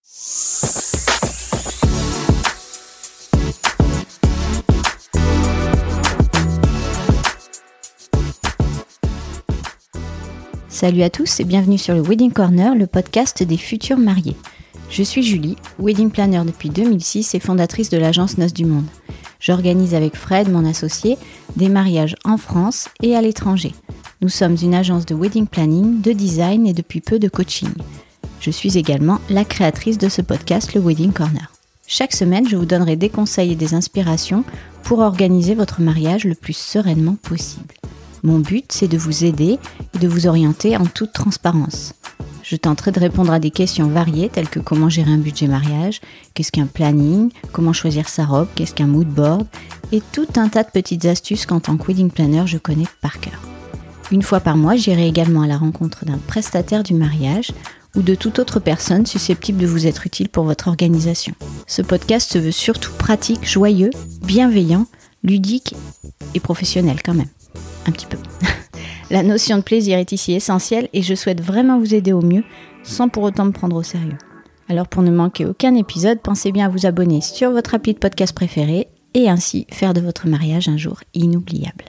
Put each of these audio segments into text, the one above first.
Salut à tous et bienvenue sur le Wedding Corner, le podcast des futurs mariés. Je suis Julie, wedding planner depuis 2006 et fondatrice de l'agence Noces du Monde. J'organise avec Fred, mon associé, des mariages en France et à l'étranger. Nous sommes une agence de wedding planning, de design et depuis peu de coaching. Je suis également la créatrice de ce podcast, le Wedding Corner. Chaque semaine, je vous donnerai des conseils et des inspirations pour organiser votre mariage le plus sereinement possible. Mon but, c'est de vous aider et de vous orienter en toute transparence. Je tenterai de répondre à des questions variées telles que comment gérer un budget mariage, qu'est-ce qu'un planning, comment choisir sa robe, qu'est-ce qu'un mood board et tout un tas de petites astuces qu'en tant que wedding planner, je connais par cœur. Une fois par mois, j'irai également à la rencontre d'un prestataire du mariage ou de toute autre personne susceptible de vous être utile pour votre organisation. Ce podcast se veut surtout pratique, joyeux, bienveillant, ludique et professionnel quand même. Un petit peu. La notion de plaisir est ici essentielle et je souhaite vraiment vous aider au mieux sans pour autant me prendre au sérieux. Alors pour ne manquer aucun épisode, pensez bien à vous abonner sur votre appli de podcast préféré et ainsi faire de votre mariage un jour inoubliable.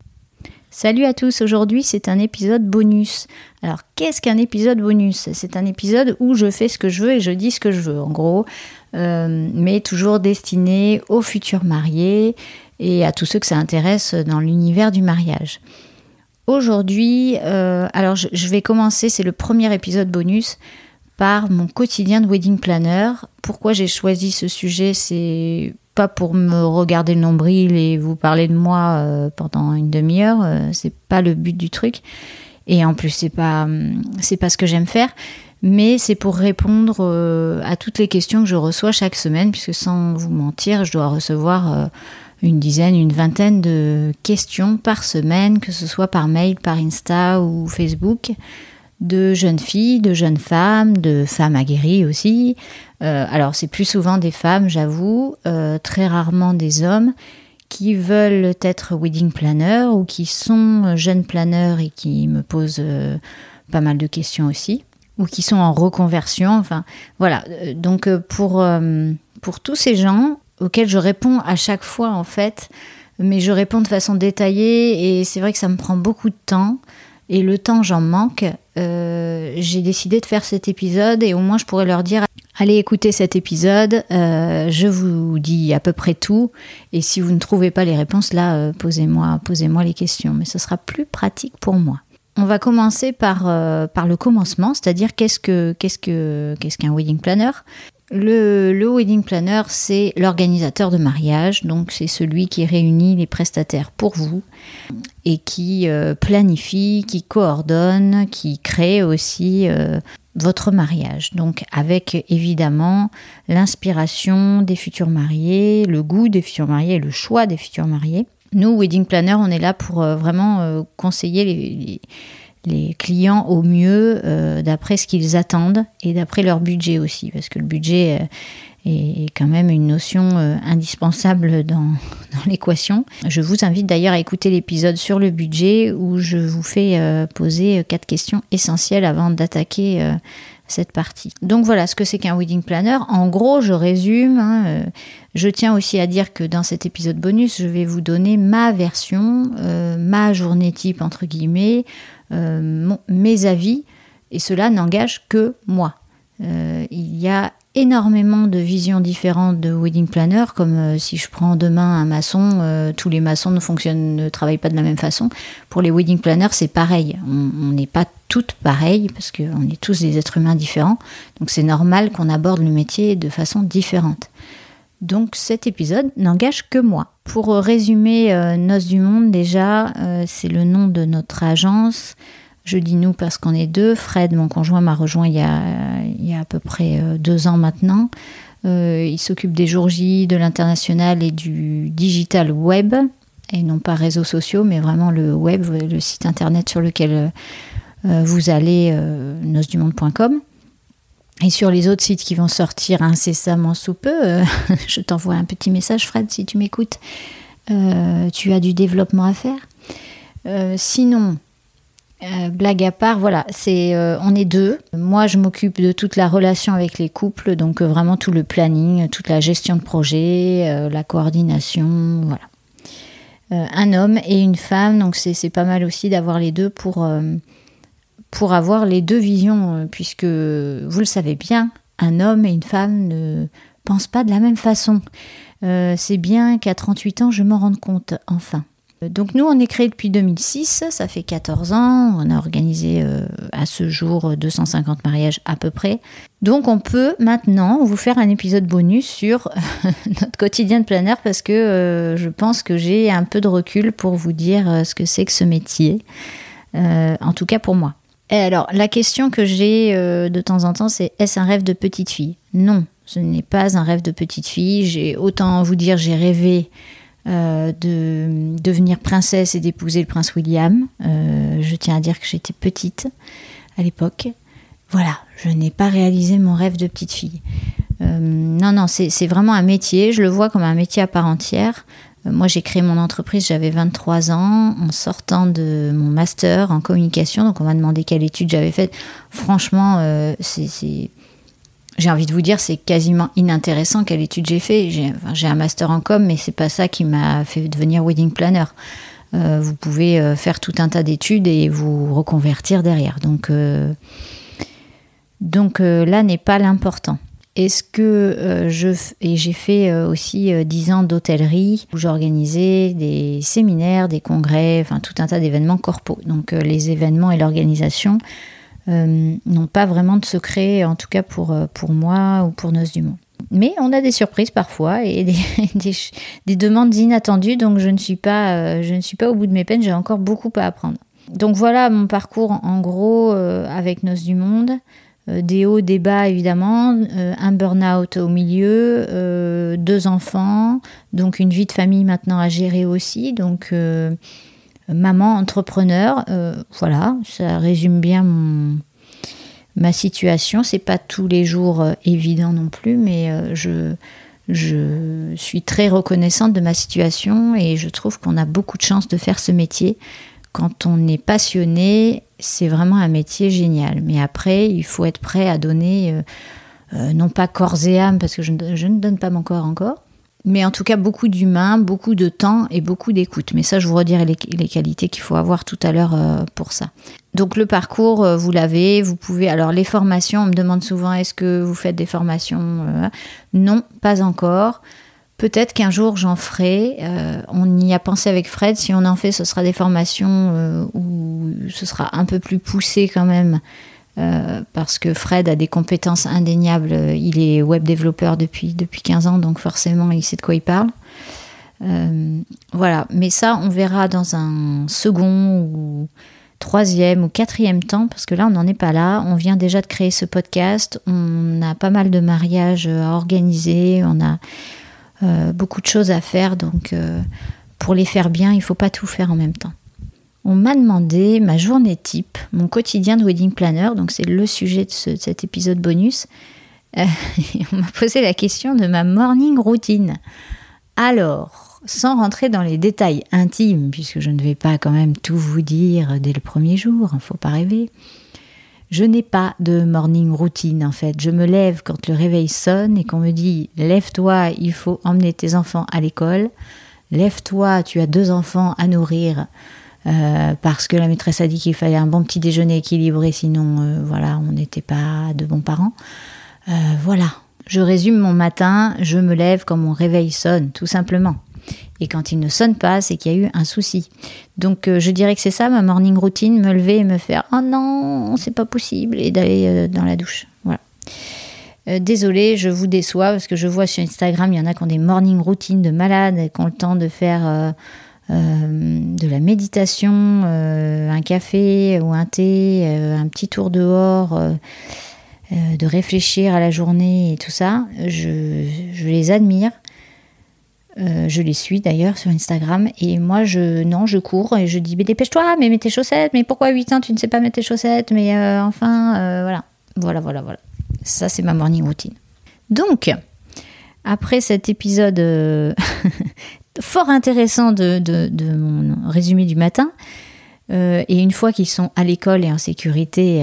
Salut à tous, aujourd'hui c'est un épisode bonus. Alors qu'est-ce qu'un épisode bonus ? C'est un épisode où je fais ce que je veux et je dis ce que je veux en gros, mais toujours destiné aux futurs mariés et à tous ceux que ça intéresse dans l'univers du mariage. Aujourd'hui, alors je vais commencer, c'est le premier épisode bonus, par mon quotidien de wedding planner. Pourquoi j'ai choisi ce sujet ? C'est pas pour me regarder le nombril et vous parler de moi pendant une demi-heure, c'est pas le but du truc. Et en plus, c'est pas ce que j'aime faire, mais c'est pour répondre à toutes les questions que je reçois chaque semaine, puisque sans vous mentir, je dois recevoir une dizaine, une vingtaine de questions par semaine, que ce soit par mail, par Insta ou Facebook, de jeunes filles, de jeunes femmes, de femmes aguerries aussi. Alors c'est plus souvent des femmes, j'avoue, très rarement des hommes qui veulent être wedding planner ou qui sont jeunes planneurs et qui me posent pas mal de questions aussi, ou qui sont en reconversion. Enfin voilà, donc pour tous ces gens auxquels je réponds à chaque fois en fait, mais je réponds de façon détaillée et c'est vrai que ça me prend beaucoup de temps et le temps j'en manque. J'ai décidé de faire cet épisode et au moins je pourrais leur dire allez écouter cet épisode, je vous dis à peu près tout et si vous ne trouvez pas les réponses là, posez-moi les questions, mais ce sera plus pratique pour moi. On va commencer par le commencement, c'est-à-dire qu'est-ce qu'un wedding planner ? Le wedding planner, c'est l'organisateur de mariage, donc c'est celui qui réunit les prestataires pour vous et qui planifie, qui coordonne, qui crée aussi votre mariage. Donc avec évidemment l'inspiration des futurs mariés, le goût des futurs mariés et le choix des futurs mariés. Nous, wedding planner, on est là pour vraiment conseiller les clients au mieux d'après ce qu'ils attendent et d'après leur budget aussi, parce que le budget est quand même une notion indispensable dans l'équation. Je vous invite d'ailleurs à écouter l'épisode sur le budget où je vous fais poser 4 questions essentielles avant d'attaquer cette partie. Donc voilà ce que c'est qu'un wedding planner. En gros, je résume. Je tiens aussi à dire que dans cet épisode bonus, je vais vous donner ma version, ma journée type entre guillemets, mes avis, et cela n'engage que moi. Il y a énormément de visions différentes de wedding planner, comme si je prends demain un maçon, tous les maçons ne travaillent pas de la même façon. Pour les wedding planners, c'est pareil. On n'est pas toutes pareilles, parce qu'on est tous des êtres humains différents, donc c'est normal qu'on aborde le métier de façon différente. Donc cet épisode n'engage que moi. Pour résumer Noces du Monde, déjà, c'est le nom de notre agence. Je dis nous parce qu'on est deux. Fred, mon conjoint, m'a rejoint il y a à peu près 2 ans maintenant. Il s'occupe des jours J, de l'international et du digital web, et non pas réseaux sociaux, mais vraiment le web, le site internet sur lequel vous allez, nocesdumonde.com. Et sur les autres sites qui vont sortir incessamment sous peu, je t'envoie un petit message, Fred, si tu m'écoutes. Tu as du développement à faire. Sinon, Blague à part, voilà, on est 2. Moi, je m'occupe de toute la relation avec les couples, donc vraiment tout le planning, toute la gestion de projet, la coordination, voilà. Un homme et une femme, donc c'est pas mal aussi d'avoir les deux pour avoir les deux visions, puisque vous le savez bien, un homme et une femme ne pensent pas de la même façon. C'est bien qu'à 38 ans, je m'en rende compte, enfin. Donc nous, on est créé depuis 2006, ça fait 14 ans, on a organisé à ce jour 250 mariages à peu près. Donc on peut maintenant vous faire un épisode bonus sur notre quotidien de planeur parce que je pense que j'ai un peu de recul pour vous dire ce que c'est que ce métier, en tout cas pour moi. Et alors, la question que j'ai de temps en temps, c'est est-ce un rêve de petite fille ? Non, ce n'est pas un rêve de petite fille. Autant vous dire, j'ai rêvé de devenir princesse et d'épouser le prince William. Je tiens à dire que j'étais petite à l'époque. Voilà, je n'ai pas réalisé mon rêve de petite fille. Non, c'est vraiment un métier. Je le vois comme un métier à part entière. Moi, j'ai créé mon entreprise, j'avais 23 ans, en sortant de mon master en communication. Donc, on m'a demandé quelle étude j'avais faite. Franchement, j'ai envie de vous dire, c'est quasiment inintéressant quelle étude j'ai fait. J'ai un master en com, mais c'est pas ça qui m'a fait devenir wedding planner. Vous pouvez faire tout un tas d'études et vous reconvertir derrière. Donc là n'est pas l'important. Est-ce que j'ai fait aussi 10 ans d'hôtellerie où j'organisais des séminaires, des congrès, enfin tout un tas d'événements corpo. Donc les événements et l'organisation n'ont pas vraiment de secret, en tout cas pour moi ou pour Noces du Monde. Mais on a des surprises parfois et des demandes inattendues, donc je ne suis pas au bout de mes peines, j'ai encore beaucoup à apprendre. Donc voilà mon parcours en gros avec Noces du Monde. Des hauts, des bas évidemment, un burn-out au milieu, 2 enfants, donc une vie de famille maintenant à gérer aussi, donc maman, entrepreneur, voilà, ça résume bien ma situation. C'est pas tous les jours évident non plus, mais je suis très reconnaissante de ma situation et je trouve qu'on a beaucoup de chance de faire ce métier. Quand on est passionné, c'est vraiment un métier génial. Mais après, il faut être prêt à donner, non pas corps et âme, parce que je ne donne pas mon corps encore, mais en tout cas beaucoup d'humain, beaucoup de temps et beaucoup d'écoute. Mais ça, je vous redirai les qualités qu'il faut avoir tout à l'heure pour ça. Donc le parcours, vous l'avez, vous pouvez... Alors les formations, on me demande souvent, est-ce que vous faites des formations ? Non, pas encore. Peut-être qu'un jour j'en ferai, on y a pensé avec Fred, si on en fait ce sera des formations où ce sera un peu plus poussé quand même, parce que Fred a des compétences indéniables, il est web développeur depuis 15 ans, donc forcément il sait de quoi il parle. Voilà, mais ça on verra dans un second ou 3e ou 4e temps, parce que là on n'en est pas là, on vient déjà de créer ce podcast, on a pas mal de mariages à organiser, on a... beaucoup de choses à faire, donc pour les faire bien, il ne faut pas tout faire en même temps. On m'a demandé ma journée type, mon quotidien de wedding planner, donc c'est le sujet de cet épisode bonus. On m'a posé la question de ma morning routine. Alors, sans rentrer dans les détails intimes, puisque je ne vais pas quand même tout vous dire dès le premier jour, il ne faut pas rêver. Je n'ai pas de morning routine en fait. Je me lève quand le réveil sonne et qu'on me dit « Lève-toi, il faut emmener tes enfants à l'école. Lève-toi, tu as 2 enfants à nourrir parce que la maîtresse a dit qu'il fallait un bon petit déjeuner équilibré, sinon voilà, on n'était pas de bons parents. » Voilà, je résume mon matin, je me lève quand mon réveil sonne, tout simplement. Et quand il ne sonne pas, c'est qu'il y a eu un souci. Donc je dirais que c'est ça ma morning routine, me lever et me faire « Oh non, c'est pas possible » et d'aller dans la douche. Voilà. Désolée, je vous déçois parce que je vois sur Instagram, il y en a qui ont des morning routines de malades et qui ont le temps de faire de la méditation, un café ou un thé, un petit tour dehors, de réfléchir à la journée et tout ça. Je les admire. Je les suis d'ailleurs sur Instagram et moi je cours et je dis mais dépêche-toi, mais mets tes chaussettes, mais pourquoi à 8 ans tu ne sais pas mettre tes chaussettes, mais voilà. Ça c'est ma morning routine. Donc après cet épisode fort intéressant de mon résumé du matin, Et une fois qu'ils sont à l'école et en sécurité,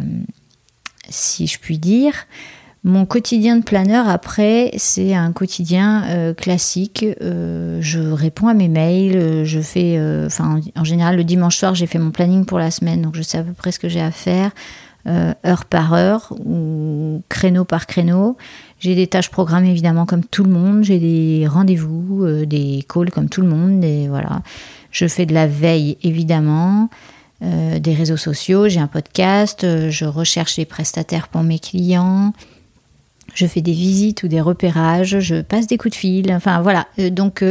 si je puis dire, mon quotidien de planeur après, c'est un quotidien classique. Je réponds à mes mails, je fais, en général le dimanche soir, j'ai fait mon planning pour la semaine, donc je sais à peu près ce que j'ai à faire, heure par heure ou créneau par créneau. J'ai des tâches programmées évidemment comme tout le monde, j'ai des rendez-vous, des calls comme tout le monde, et voilà. Je fais de la veille évidemment. Des réseaux sociaux, j'ai un podcast, je recherche des prestataires pour mes clients, je fais des visites ou des repérages, je passe des coups de fil, enfin voilà. Donc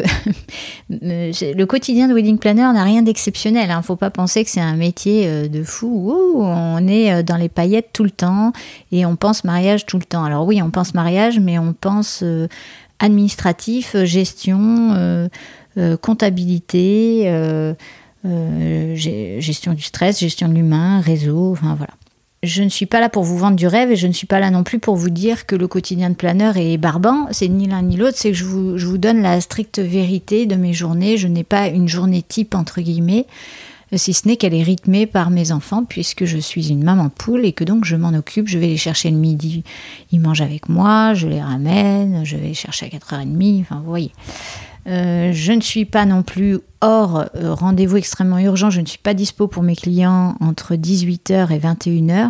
le quotidien de wedding planner n'a rien d'exceptionnel, hein. Faut pas penser que c'est un métier de fou où on est dans les paillettes tout le temps et on pense mariage tout le temps. Alors oui, on pense mariage, mais on pense administratif, gestion, comptabilité, gestion du stress, gestion de l'humain, réseau, enfin voilà. Je ne suis pas là pour vous vendre du rêve et je ne suis pas là non plus pour vous dire que le quotidien de planeur est barbant. C'est ni l'un ni l'autre, c'est que je vous donne la stricte vérité de mes journées. Je n'ai pas une journée type, entre guillemets, si ce n'est qu'elle est rythmée par mes enfants, puisque je suis une maman poule et que donc je m'en occupe. Je vais les chercher le midi, ils mangent avec moi, je les ramène, je vais les chercher à 4h30, enfin vous voyez. Je ne suis pas non plus hors rendez-vous extrêmement urgent, je ne suis pas dispo pour mes clients entre 18h et 21h.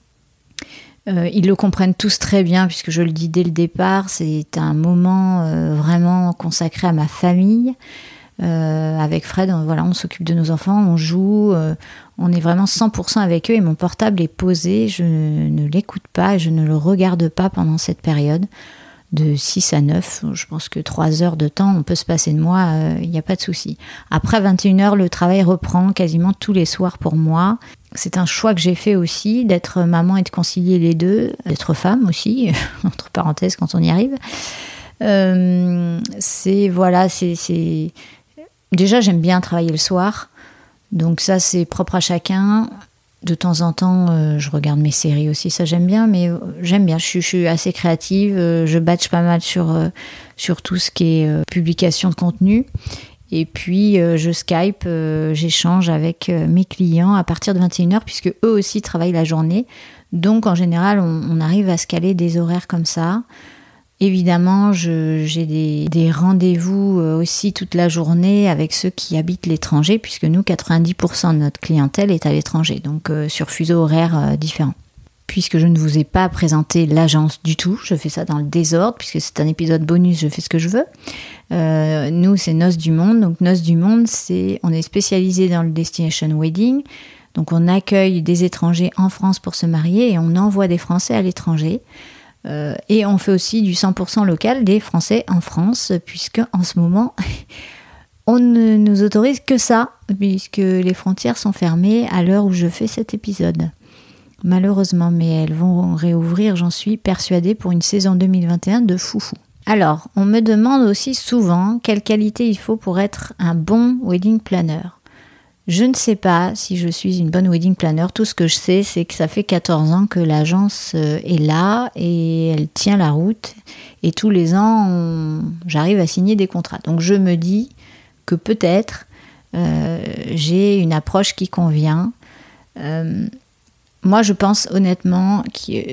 Ils le comprennent tous très bien puisque je le dis dès le départ, c'est un moment vraiment consacré à ma famille. Avec Fred, voilà, on s'occupe de nos enfants, on joue, on est vraiment 100% avec eux et mon portable est posé, je ne l'écoute pas et je ne le regarde pas pendant cette période. De 6 à 9, je pense que 3 heures de temps, on peut se passer de moi, il n'y a pas de souci. Après 21h, le travail reprend quasiment tous les soirs pour moi. C'est un choix que j'ai fait aussi, d'être maman et de concilier les deux, d'être femme aussi, entre parenthèses quand on y arrive. Déjà, j'aime bien travailler le soir, donc ça c'est propre à chacun. De temps en temps, je regarde mes séries aussi, ça j'aime bien, mais j'aime bien, je suis assez créative, je batch pas mal sur tout ce qui est publication de contenu. Et puis, je Skype, j'échange avec mes clients à partir de 21h, puisque eux aussi travaillent la journée. Donc, en général, on arrive à se caler des horaires comme ça. Évidemment, j'ai des rendez-vous aussi toute la journée avec ceux qui habitent l'étranger, puisque nous, 90% de notre clientèle est à l'étranger, donc sur fuseaux horaires différents. Puisque je ne vous ai pas présenté l'agence du tout, je fais ça dans le désordre, puisque c'est un épisode bonus, je fais ce que je veux. Nous, c'est Noces du Monde. Donc, Noces du Monde, on est spécialisé dans le destination wedding. Donc, on accueille des étrangers en France pour se marier et on envoie des Français à l'étranger. Et on fait aussi du 100% local des Français en France, puisque en ce moment, on ne nous autorise que ça, puisque les frontières sont fermées à l'heure où je fais cet épisode. Malheureusement, mais elles vont réouvrir, j'en suis persuadée, pour une saison 2021 de foufou. Alors, on me demande aussi souvent quelle qualité il faut pour être un bon wedding planner. Je ne sais pas si je suis une bonne wedding planner. Tout ce que je sais, c'est que ça fait 14 ans que l'agence est là et elle tient la route. Et tous les ans, j'arrive à signer des contrats. Donc je me dis que peut-être j'ai une approche qui convient. Moi, je pense honnêtement,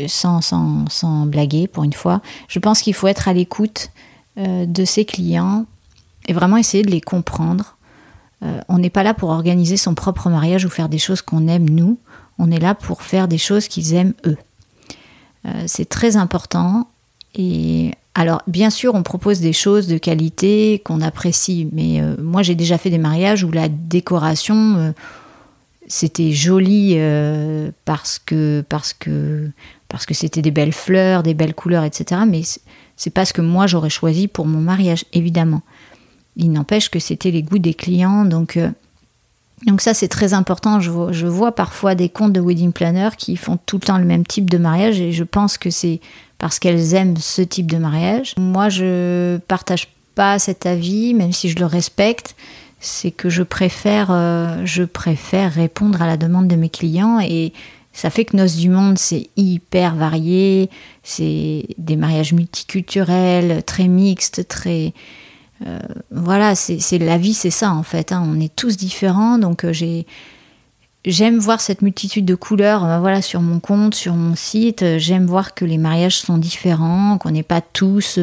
sans blaguer pour une fois, je pense qu'il faut être à l'écoute de ses clients et vraiment essayer de les comprendre. On n'est pas là pour organiser son propre mariage ou faire des choses qu'on aime nous. On est là pour faire des choses qu'ils aiment eux. C'est très important. Et alors, bien sûr, on propose des choses de qualité qu'on apprécie. Mais moi, j'ai déjà fait des mariages où la décoration, c'était joli parce que c'était des belles fleurs, des belles couleurs, etc. Mais c'est pas ce que moi j'aurais choisi pour mon mariage, évidemment. Il n'empêche que c'était les goûts des clients, donc ça c'est très important. Je vois parfois des comptes de wedding planners qui font tout le temps le même type de mariage et je pense que c'est parce qu'elles aiment ce type de mariage. Moi je partage pas cet avis, même si je le respecte. C'est que je préfère répondre à la demande de mes clients et ça fait que Noces du Monde c'est hyper varié, c'est des mariages multiculturels, très mixtes, très... voilà, c'est la vie, c'est ça en fait, hein. On est tous différents, donc j'ai j'aime voir cette multitude de couleurs voilà, sur mon compte, sur mon site. J'aime voir que les mariages sont différents, qu'on n'est pas tous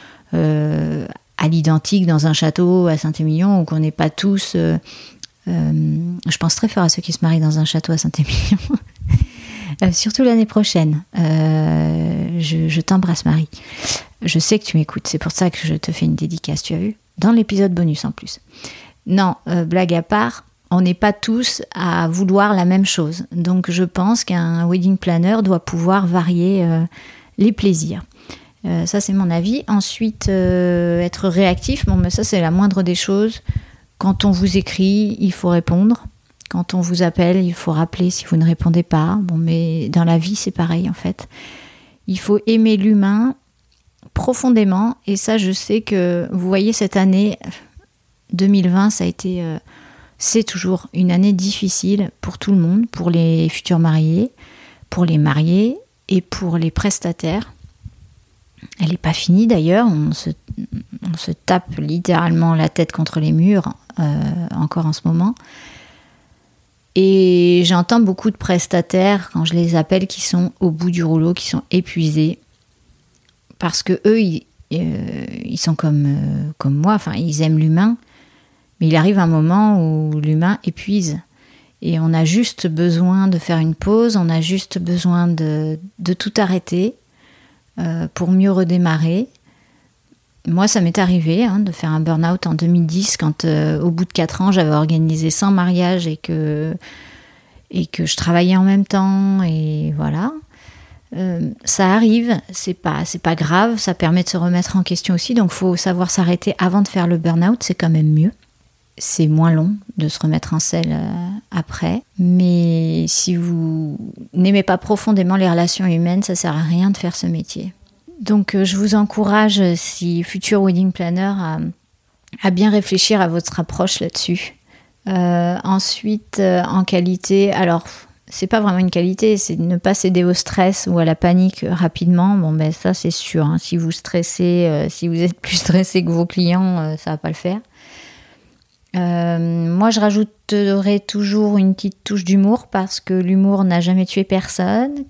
à l'identique dans un château à Saint-Émilion, ou qu'on n'est pas tous... je pense très fort à ceux qui se marient dans un château à Saint-Émilion. Surtout l'année prochaine. Je t'embrasse, Marie. Je sais que tu m'écoutes, c'est pour ça que je te fais une dédicace, tu as vu ? Dans l'épisode bonus en plus. Non, blague à part, on n'est pas tous à vouloir la même chose. Donc je pense qu'un wedding planner doit pouvoir varier les plaisirs. Ça, c'est mon avis. Ensuite, être réactif, bon, mais ça, c'est la moindre des choses. Quand on vous écrit, il faut répondre. Quand on vous appelle, il faut rappeler si vous ne répondez pas. Bon, mais dans la vie, c'est pareil, en fait. Il faut aimer l'humain profondément. Et ça, je sais que, vous voyez, cette année 2020, ça a été... c'est toujours une année difficile pour tout le monde, pour les futurs mariés, pour les mariés et pour les prestataires. Elle n'est pas finie d'ailleurs, on se tape littéralement la tête contre les murs encore en ce moment. Et j'entends beaucoup de prestataires, quand je les appelle, qui sont au bout du rouleau, qui sont épuisés. Parce que eux, ils sont comme moi, enfin, ils aiment l'humain. Mais il arrive un moment où l'humain épuise. Et on a juste besoin de faire une pause, on a juste besoin de tout arrêter pour mieux redémarrer. Moi, ça m'est arrivé de faire un burn-out en 2010 quand au bout de 4 ans, j'avais organisé 100 mariages et que je travaillais en même temps. Et voilà. Ça arrive, c'est pas grave, ça permet de se remettre en question aussi. Donc, il faut savoir s'arrêter avant de faire le burn-out, c'est quand même mieux. C'est moins long de se remettre en selle après. Mais si vous n'aimez pas profondément les relations humaines, ça sert à rien de faire ce métier. Donc je vous encourage, si futur wedding planner, à bien réfléchir à votre approche là-dessus. Ensuite, en qualité, alors c'est pas vraiment une qualité, c'est de ne pas céder au stress ou à la panique rapidement. Bon ben ça c'est sûr, si vous stressez, si vous êtes plus stressé que vos clients, ça va pas le faire. Moi je rajouterai toujours une petite touche d'humour parce que l'humour n'a jamais tué personne,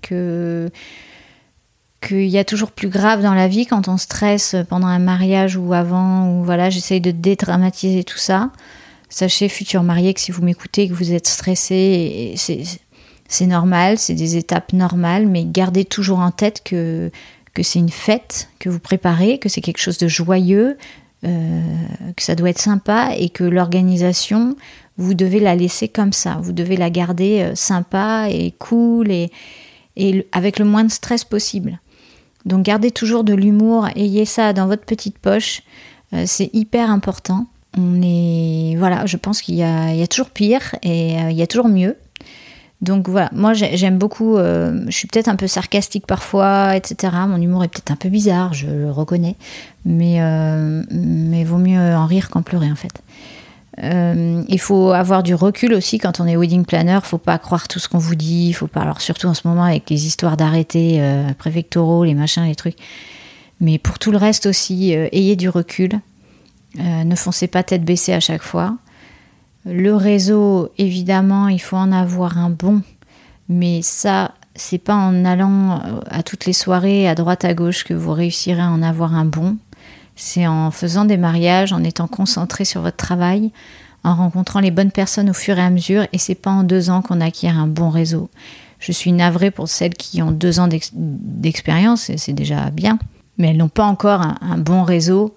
qu'il y a toujours plus grave dans la vie quand on stresse pendant un mariage ou avant, ou voilà, j'essaye de dédramatiser tout ça. Sachez, futurs mariés, que si vous m'écoutez, que vous êtes stressé, c'est normal, c'est des étapes normales, mais gardez toujours en tête que c'est une fête que vous préparez, que c'est quelque chose de joyeux, que ça doit être sympa et que l'organisation, vous devez la laisser comme ça, vous devez la garder sympa et cool et avec le moins de stress possible. Donc gardez toujours de l'humour, ayez ça dans votre petite poche, c'est hyper important. Je pense qu'il y a toujours pire et il y a toujours mieux. Donc voilà, moi j'aime beaucoup, je suis peut-être un peu sarcastique parfois, etc. Mon humour est peut-être un peu bizarre, je le reconnais, mais vaut mieux en rire qu'en pleurer en fait. Il faut avoir du recul aussi quand on est wedding planner, faut pas croire tout ce qu'on vous dit, faut pas, alors surtout en ce moment avec les histoires d'arrêtés préfectoraux, les machins, les trucs, mais pour tout le reste aussi, ayez du recul, ne foncez pas tête baissée à chaque fois. Le réseau, évidemment, il faut en avoir un bon, mais ça, c'est pas en allant à toutes les soirées à droite à gauche que vous réussirez à en avoir un bon. C'est en faisant des mariages, en étant concentré sur votre travail, en rencontrant les bonnes personnes au fur et à mesure, et c'est pas en 2 ans qu'on acquiert un bon réseau. Je suis navrée pour celles qui ont 2 ans d'expérience, et c'est déjà bien, mais elles n'ont pas encore un bon réseau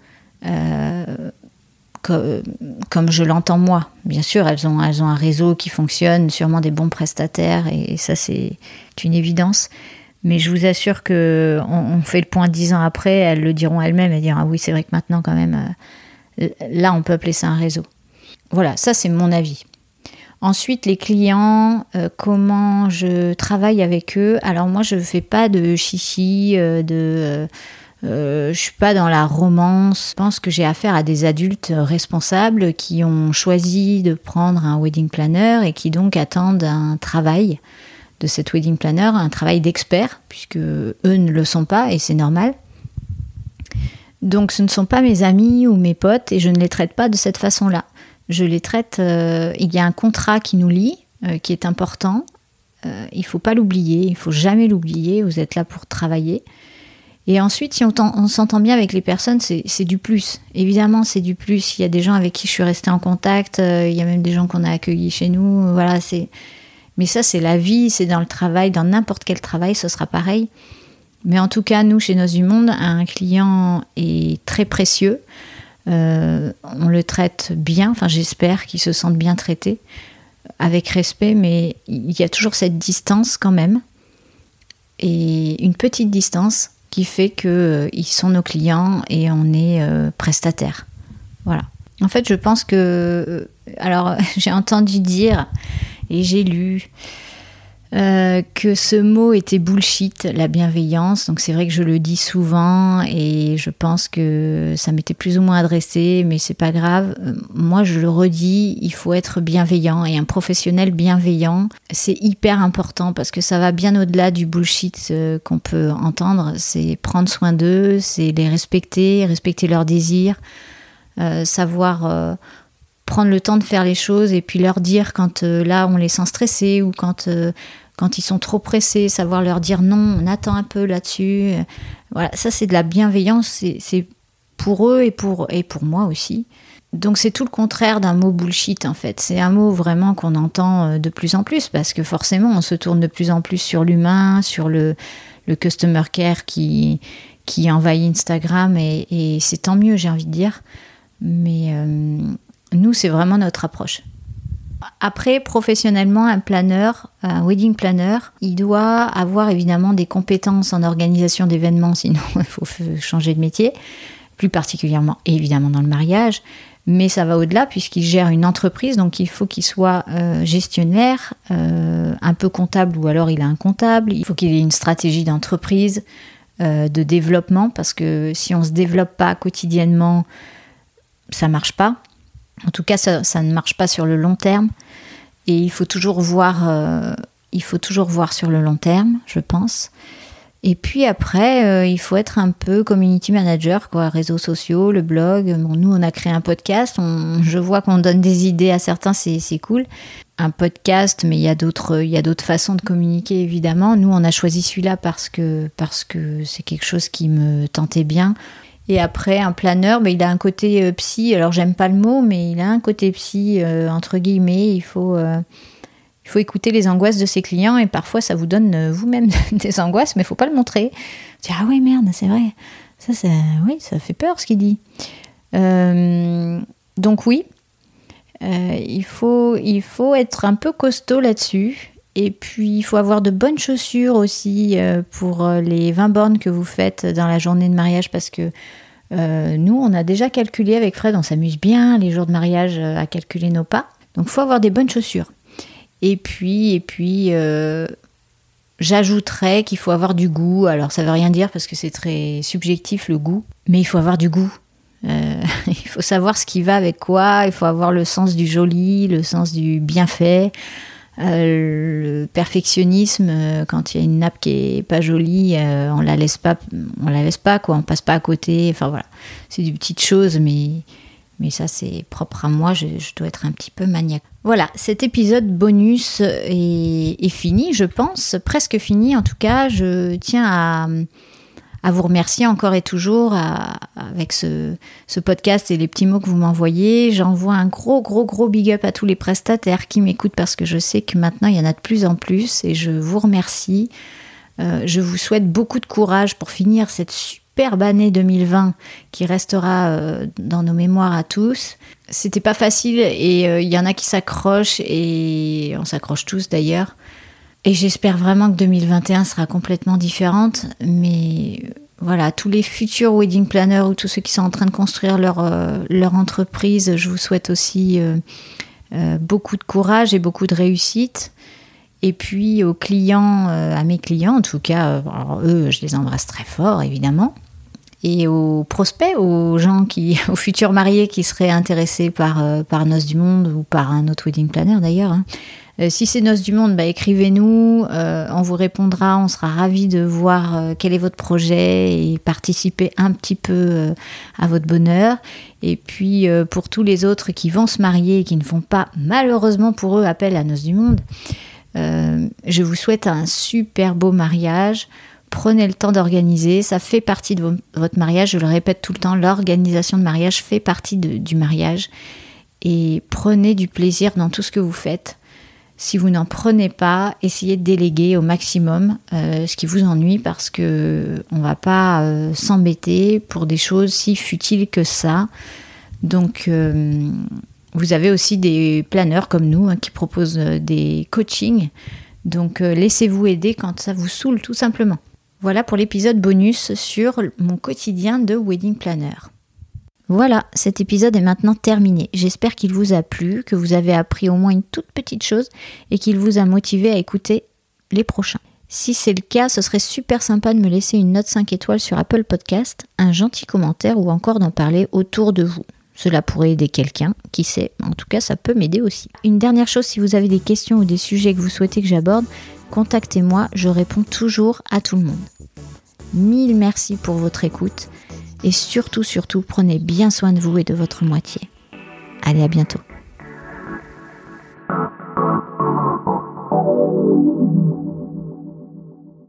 comme je l'entends moi. Bien sûr, elles ont un réseau qui fonctionne, sûrement des bons prestataires, et ça c'est une évidence. Mais je vous assure qu'on fait le point 10 ans après, elles le diront elles-mêmes, elles diront ah oui, c'est vrai que maintenant quand même, là on peut appeler ça un réseau. Voilà, ça c'est mon avis. Ensuite, les clients, comment je travaille avec eux. Alors moi, je ne fais pas de chichi, je ne suis pas dans la romance. Je pense que j'ai affaire à des adultes responsables qui ont choisi de prendre un wedding planner et qui donc attendent un travail de cette wedding planner, un travail d'expert, puisque eux ne le sont pas et c'est normal. Donc ce ne sont pas mes amis ou mes potes et je ne les traite pas de cette façon-là. Je les traite, il y a un contrat qui nous lie, qui est important. Il ne faut pas l'oublier, il ne faut jamais l'oublier, vous êtes là pour travailler. Et ensuite, si on s'entend bien avec les personnes, c'est du plus. Évidemment, c'est du plus. Il y a des gens avec qui je suis restée en contact, il y a même des gens qu'on a accueillis chez nous. Voilà, mais ça, c'est la vie, c'est dans le travail, dans n'importe quel travail, ce sera pareil. Mais en tout cas, nous, chez Noces du Monde, un client est très précieux. On le traite bien, enfin j'espère qu'il se sente bien traité, avec respect, mais il y a toujours cette distance quand même. Et une petite distance qui fait qu'ils sont nos clients et on est prestataire. Voilà. En fait, je pense que... Alors, j'ai entendu dire et j'ai lu que ce mot était bullshit, la bienveillance. Donc, c'est vrai que je le dis souvent et je pense que ça m'était plus ou moins adressé, mais c'est pas grave. Moi, je le redis, il faut être bienveillant et un professionnel bienveillant, c'est hyper important parce que ça va bien au-delà du bullshit qu'on peut entendre. C'est prendre soin d'eux, c'est les respecter leurs désirs, savoir... prendre le temps de faire les choses et puis leur dire quand là on les sent stressés ou quand ils sont trop pressés, savoir leur dire non, on attend un peu là-dessus. Voilà, ça c'est de la bienveillance, c'est pour eux et pour moi aussi. Donc c'est tout le contraire d'un mot bullshit en fait. C'est un mot vraiment qu'on entend de plus en plus parce que forcément on se tourne de plus en plus sur l'humain, sur le customer care qui envahit Instagram et c'est tant mieux, j'ai envie de dire. Mais... nous, c'est vraiment notre approche. Après, professionnellement, un wedding planner, il doit avoir évidemment des compétences en organisation d'événements, sinon il faut changer de métier, plus particulièrement évidemment dans le mariage, mais ça va au-delà puisqu'il gère une entreprise, donc il faut qu'il soit gestionnaire, un peu comptable ou alors il a un comptable, il faut qu'il ait une stratégie d'entreprise, de développement, parce que si on ne se développe pas quotidiennement, ça ne marche pas. En tout cas, ça ne marche pas sur le long terme. Et il faut toujours voir sur le long terme, je pense. Et puis après, il faut être un peu community manager, quoi, réseaux sociaux, le blog. Bon, nous, on a créé un podcast. Je vois qu'on donne des idées à certains, c'est cool. Un podcast, mais il y a d'autres façons de communiquer, évidemment. Nous, on a choisi celui-là parce que c'est quelque chose qui me tentait bien. Et après, un planeur, il a un côté psy. Alors, j'aime pas le mot, mais il a un côté psy, entre guillemets. Il faut écouter les angoisses de ses clients et parfois, ça vous donne vous-même des angoisses, mais il faut pas le montrer. Dire, ah ouais, merde, c'est vrai. Oui, ça fait peur ce qu'il dit. Donc oui, il faut être un peu costaud là-dessus. Et puis, il faut avoir de bonnes chaussures aussi pour les 20 bornes que vous faites dans la journée de mariage parce que nous, on a déjà calculé avec Fred, on s'amuse bien les jours de mariage à calculer nos pas. Donc, il faut avoir des bonnes chaussures. Et puis j'ajouterais qu'il faut avoir du goût. Alors, ça ne veut rien dire parce que c'est très subjectif le goût, mais il faut avoir du goût. Il faut savoir ce qui va avec quoi, il faut avoir le sens du joli, le sens du bien fait. Le perfectionnisme, quand il y a une nappe qui est pas jolie, on la laisse pas quoi, on passe pas à côté. Enfin voilà, c'est des petites choses, mais ça c'est propre à moi. Je dois être un petit peu maniaque. Voilà, cet épisode bonus est fini, je pense, presque fini. En tout cas, je tiens à vous remercier encore et toujours avec ce podcast et les petits mots que vous m'envoyez. J'envoie un gros big up à tous les prestataires qui m'écoutent parce que je sais que maintenant il y en a de plus en plus et je vous remercie. Je vous souhaite beaucoup de courage pour finir cette superbe année 2020 qui restera dans nos mémoires à tous. C'était pas facile et il y en a qui s'accrochent et on s'accroche tous d'ailleurs. Et j'espère vraiment que 2021 sera complètement différente, mais voilà, tous les futurs wedding planners ou tous ceux qui sont en train de construire leur entreprise, je vous souhaite aussi beaucoup de courage et beaucoup de réussite. Et puis aux clients, à mes clients en tout cas, alors eux, je les embrasse très fort évidemment. Et aux prospects, aux futurs mariés qui seraient intéressés par Noces du Monde ou par un autre wedding planner d'ailleurs, Si c'est Noces du Monde, écrivez-nous, on vous répondra, on sera ravis de voir quel est votre projet et participer un petit peu à votre bonheur. Et puis pour tous les autres qui vont se marier et qui ne font pas malheureusement pour eux appel à Noces du Monde, je vous souhaite un super beau mariage. Prenez le temps d'organiser, ça fait partie de votre mariage, je le répète tout le temps, l'organisation de mariage fait partie du mariage. Et prenez du plaisir dans tout ce que vous faites. Si vous n'en prenez pas, essayez de déléguer au maximum ce qui vous ennuie parce qu'on ne va pas s'embêter pour des choses si futiles que ça. Donc, vous avez aussi des planeurs comme nous qui proposent des coachings. Donc, laissez-vous aider quand ça vous saoule tout simplement. Voilà pour l'épisode bonus sur mon quotidien de wedding planner. Voilà, cet épisode est maintenant terminé. J'espère qu'il vous a plu, que vous avez appris au moins une toute petite chose et qu'il vous a motivé à écouter les prochains. Si c'est le cas, ce serait super sympa de me laisser une note 5 étoiles sur Apple Podcast, un gentil commentaire ou encore d'en parler autour de vous. Cela pourrait aider quelqu'un, qui sait, en tout cas ça peut m'aider aussi. Une dernière chose, si vous avez des questions ou des sujets que vous souhaitez que j'aborde, contactez-moi, je réponds toujours à tout le monde. Mille merci pour votre écoute. Et surtout, prenez bien soin de vous et de votre moitié. Allez, à bientôt.